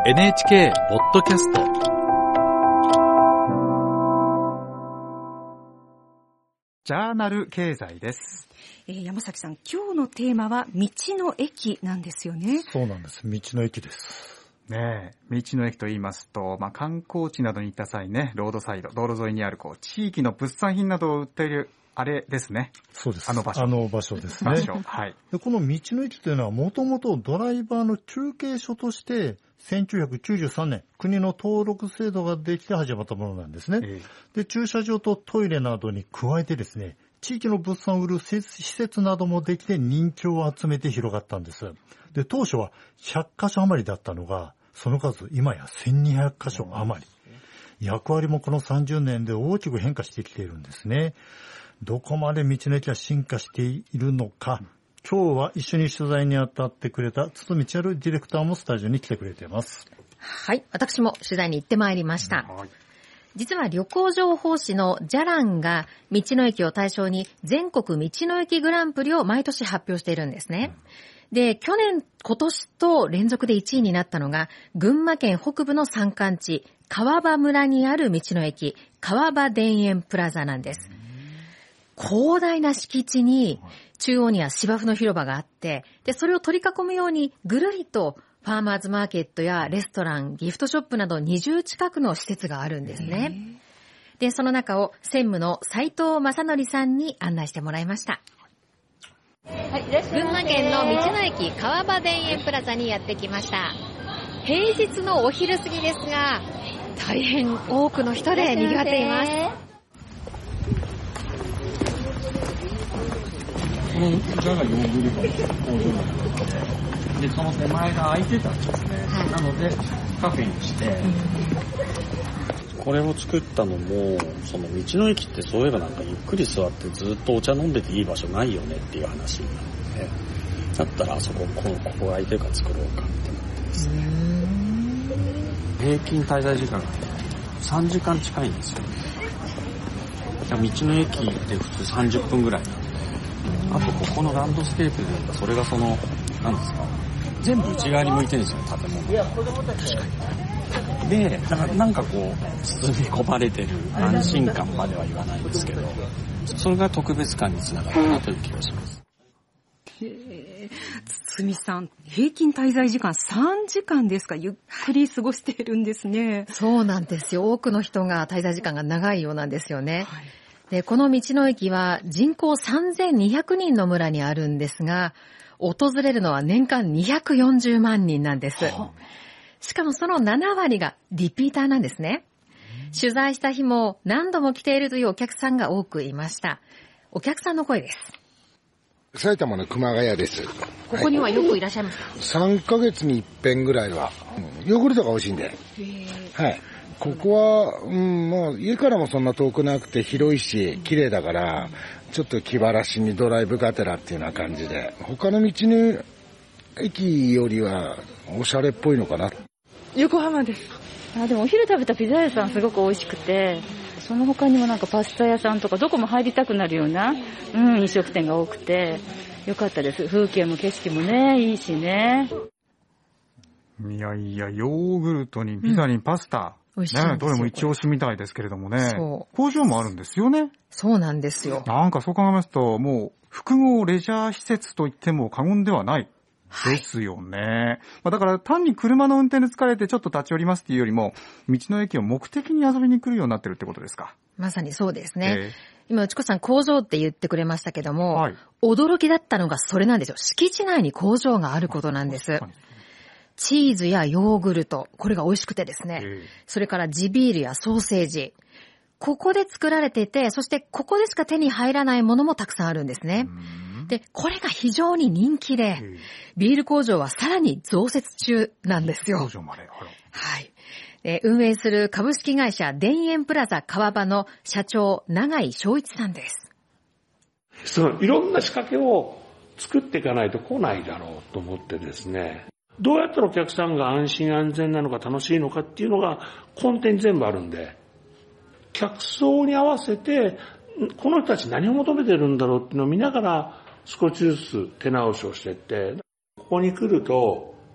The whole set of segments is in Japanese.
NHK ポッドキャストジャーナル経済です。 山崎さん、今日のテーマは道の駅なんですよね。 そうなんです。道の駅です。 ねえ、道の駅と言いますと、観光地などに行った際ね、ロードサイド、道路沿いにある地域の物産品などを売っているあれですね。 そうです。 あの場所ですね。 はい。で、この道の駅というのはもともとドライバーの中継所として1993年国の登録制度ができて始まったものなんですね。で、駐車場とトイレなどに加えてですね、地域の物産を売る施設などもできて人気を集めて広がったんです。で、当初は100カ所余りだったのが、その数今や1200カ所余り。役割もこの30年で大きく変化してきているんですね。どこまで道の駅は進化しているのか、今日は一緒に取材に当たってくれた堤千春ディレクターもスタジオに来てくれています。 はい、私も取材に行ってまいりました。実は旅行情報誌のじゃらんが道の駅を対象に全国道の駅グランプリを毎年発表しているんですね。で、去年、今年と連続で1位になったのが群馬県北部の山間地川場村にある道の駅川場田園プラザなんです。広大な敷地に中央には芝生の広場があって、で、それを取り囲むようにぐるりとファーマーズマーケットやレストラン、ギフトショップなど20近くの施設があるんですね。で、その中を専務の斉藤正則さんに案内してもらいました。はい、群馬県の道の駅川場田園プラザにやってきました。平日のお昼過ぎですが、大変多くの人で賑わっています。 この裏がヨーグルトの工場なんですけど、で、その手前が空いてたんですね。なので、カフェにして、 これを作ったのも、その道の駅ってそういえばなんかゆっくり座ってずっとお茶飲んでていい場所ないよねっていう話になって、だったらあそこ、ここが空いてるから作ろうかってなってですね。平均滞在時間が3時間近いんですよ。道の駅って普通30分ぐらいなんで、あとここのランドスケープで言うとそれがなんですか、全部内側に向いてるんですよ、建物。確かに。で、なんか包み込まれてる安心感までは言わないんですけど、それが特別感につながったなという気がします。 堤さん、平均滞在時間3時間ですか。ゆっくり過ごしているんですね。 そうなんですよ。多くの人が滞在時間が長いようなんですよね。で、この道の駅は人口3200人の村にあるんですが、訪れるのは年間240万人なんです。しかもその7割がリピーターなんですね。取材した日も何度も来ているというお客さんが多くいました。お客さんの声です。 埼玉の熊谷です。 ここにはよくいらっしゃいますか ？3ヶ月に一遍ぐらいは。ヨーグルトが美味しいんで。はい。ここは、家からもそんな遠くなくて広いし、綺麗だから、ちょっと気晴らしにドライブがてらっていうような感じで、他の道の駅よりはおしゃれっぽいのかな。 横浜です。でもお昼食べたピザ屋さんすごく美味しくて、その他にもなんかパスタ屋さんとかどこも入りたくなるような、飲食店が多くて、よかったです。風景も景色もね、いいしね。 いやいや、ヨーグルトにピザにパスタ。 美味しいんですよ。 どれも一押しみたいですけれどもね。工場もあるんですよね。 そうなんですよ。 なんかそう考えますと、もう複合レジャー施設といっても過言ではない。ですよね。だから単に車の運転で疲れてちょっと立ち寄りますっていうよりも、道の駅を目的に遊びに来るようになってるってことですか。 まさにそうですね。今、内子さん工場って言ってくれましたけども、 はい、 驚きだったのがそれなんですよ。敷地内に工場があることなんです。チーズやヨーグルト、これが美味しくてですね。それから地ビールやソーセージ。ここで作られていて、そしてここでしか手に入らないものもたくさんあるんですね。で、これが非常に人気で、ビール工場はさらに増設中なんですよ。 工場まで。 はい。運営する株式会社田園プラザ川場の社長、永井翔一さんです。 いろんな仕掛けを作っていかないと来ないだろうと思ってですね、どうやったらお客さんが安心安全なのか楽しいのかっていうのが根底に全部あるんで、客層に合わせてこの人たち何を求めてるんだろうっていうのを見ながら少しずつ手直しをしていって、ここに来ると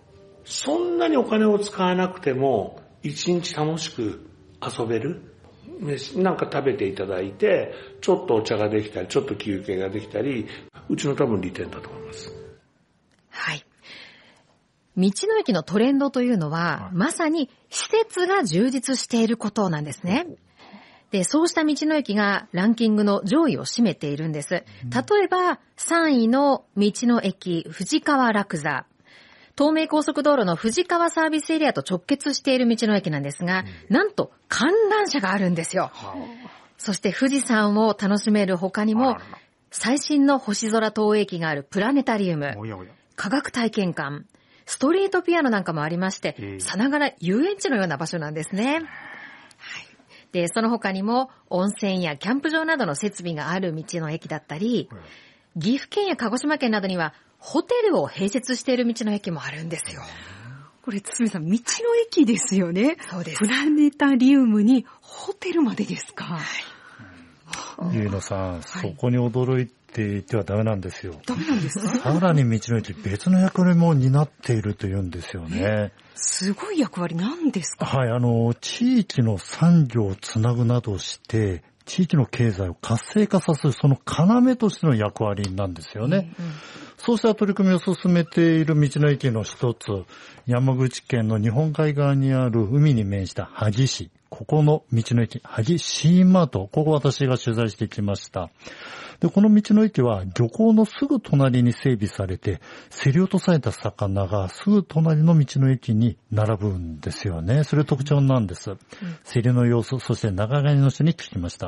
そんなにお金を使わなくても一日楽しく遊べる。なんか食べていただいて、ちょっとお茶ができたり、ちょっと休憩ができたり、うちの多分利点だと思います。 はい。道の駅のトレンドというのは、まさに施設が充実していることなんですね。で、そうした道の駅がランキングの上位を占めているんです。例えば、3位の道の駅、藤川ラクザ。東名高速道路の藤川サービスエリアと直結している道の駅なんですが、なんと観覧車があるんですよ。そして富士山を楽しめる他にも、最新の星空投影機があるプラネタリウム、科学体験館、ストリートピアノなんかもありまして、さながら遊園地のような場所なんですね。で、その他にも温泉やキャンプ場などの設備がある道の駅だったり、岐阜県や鹿児島県などにはホテルを併設している道の駅もあるんですよ。 これ、堤さん、道の駅ですよね。 そうです。 プラネタリウムにホテルまでですか。 ゆいのさん、そこに驚いていてはダメなんですよ。 ダメなんですか？ さらに道の駅別の役割も担っているというんですよね。 すごい役割なんですか？ はい、地域の産業をつなぐなどして、地域の経済を活性化させるその要としての役割なんですよね。そうした取り組みを進めている道の駅の一つ、山口県の日本海側にある海に面した萩市。ここの道の駅、萩シーマート。ここ私が取材してきました。で、この道の駅は漁港のすぐ隣に整備されて、競り落とされた魚がすぐ隣の道の駅に並ぶんですよね。それ特徴なんです。競りの様子、そして仲買の人に聞きました。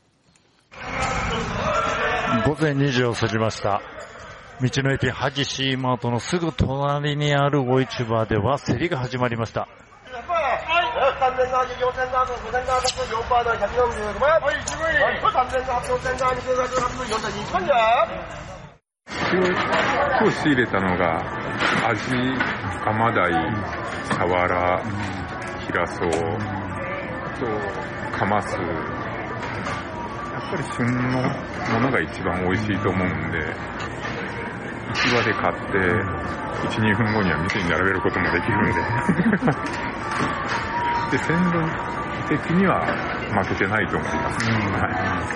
午前2時を過ぎました。道の駅萩シーマートのすぐ隣にある魚市場では競りが始まりました。 今日仕入れたのがアジ、アマダイ、サワラ、ヒラソウ、あとカマス。やっぱり旬のものが一番美味しいと思うんで、市場で買って 1,2 分後には店に並べることもできるんでで、鮮度的には負けてないと思います。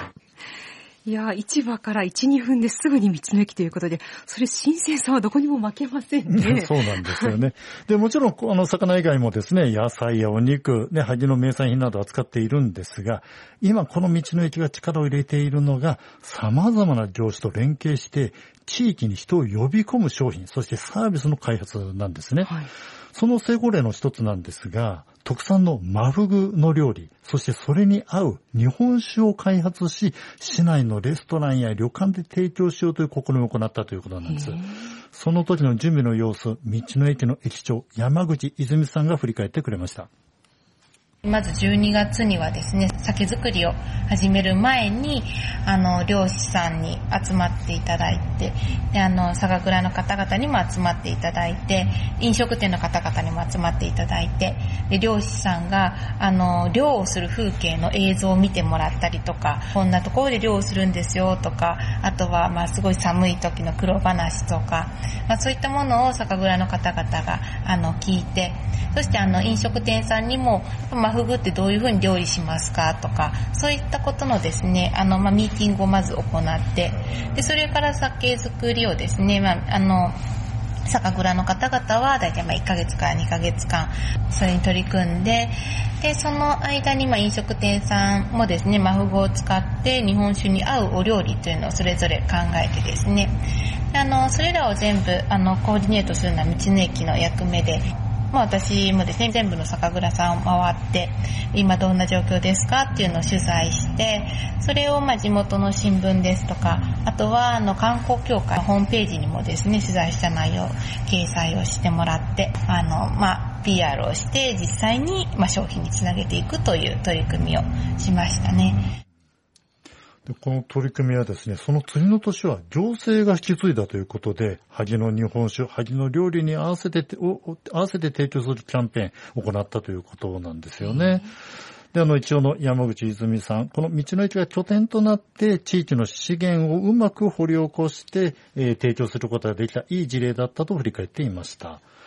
いや、市場から 1,2 分ですぐに道の駅ということで、それ新鮮さはどこにも負けませんね。 そうなんですよね。で、もちろん、魚以外もですね、野菜やお肉、ね、萩の名産品などを扱っているんですが、今この道の駅が力を入れているのが、様々な業種と連携して、地域に人を呼び込む商品、そしてサービスの開発なんですね。その成功例の一つなんですが、特産のマフグの料理、そしてそれに合う日本酒を開発し、市内のレストランや旅館で提供しようという試みを行ったということなんです。その時の準備の様子、道の駅の駅長、山口泉さんが振り返ってくれました。 まず12月にはですね、酒造りを始める前に、漁師さんに集まっていただいて、で、酒蔵の方々にも集まっていただいて、飲食店の方々にも集まっていただいて、で、漁師さんが、漁をする風景の映像を見てもらったりとか、こんなところで漁をするんですよとか、あとは、すごい寒い時の苦労話とか、そういったものを酒蔵の方々が、聞いて、そして飲食店さんにも、フグってどういうふうに料理しますかとか、そういったことのですね、ミーティングをまず行って、で、それから酒造りをですね、酒蔵の方々はだいたい1ヶ月から2ヶ月間、それに取り組んで、で、その間に飲食店さんもですね、フグを使って日本酒に合うお料理というのをそれぞれ考えてですね、それらを全部、コーディネートするのは道の駅の役目で、私もですね、全部の酒蔵さんを回って、今どんな状況ですかっていうのを取材して、それを地元の新聞ですとか、あとは観光協会のホームページにもですね、取材した内容を掲載をしてもらって、PR をして実際に商品につなげていくという取り組みをしましたね。 で、この取り組みはですね、その次の年は行政が引き継いだということで、萩の日本酒、萩の料理に合わせて提供するキャンペーンを行ったということなんですよね。で、一応の山口泉さん、この道の駅が拠点となって地域の資源をうまく掘り起こして、提供することができたいい事例だったと振り返っていました。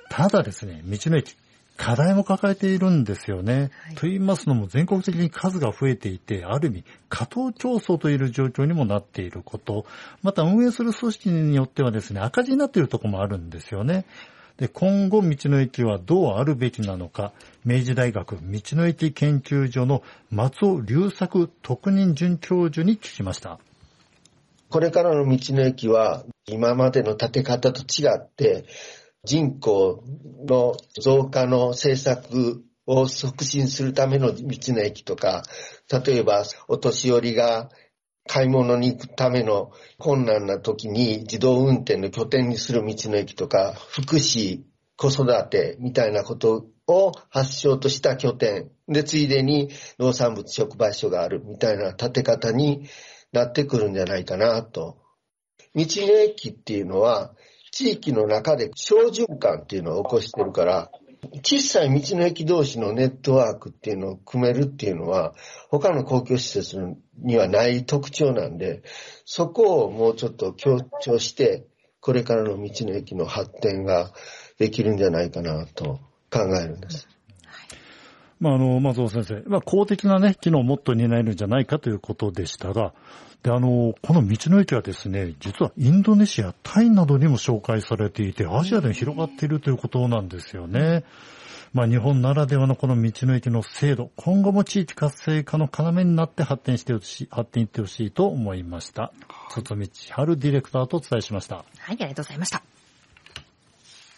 ただですね、道の駅、課題も抱えているんですよね。はい、と言いますのも全国的に数が増えていて、ある意味過当競争という状況にもなっていること、また運営する組織によってはですね、赤字になっているところもあるんですよね。で、今後道の駅はどうあるべきなのか、明治大学道の駅研究所の松尾隆作特任准教授に聞きました。 これからの道の駅は今までの建て方と違って、人口の増加の政策を促進するための道の駅とか、例えばお年寄りが買い物に行くための困難な時に自動運転の拠点にする道の駅とか、福祉、子育てみたいなことを発祥とした拠点で、ついでに農産物直売所があるみたいな建て方になってくるんじゃないかなと。道の駅っていうのは地域の中で小循環っていうのを起こしてるから、小さい道の駅同士のネットワークっていうのを組めるっていうのは他の公共施設にはない特徴なんで、そこをもうちょっと強調してこれからの道の駅の発展ができるんじゃないかなと考えるんです。 松尾先生、公的なね、機能をもっと担えるんじゃないかということでしたが、で、この道の駅はですね、実はインドネシア、タイなどにも紹介されていて、アジアでも広がっているということなんですよね。日本ならではのこの道の駅の制度、今後も地域活性化の要になって発展いってほしいと思いました。堤千春ディレクターとお伝えしました。 はい、ありがとうございました。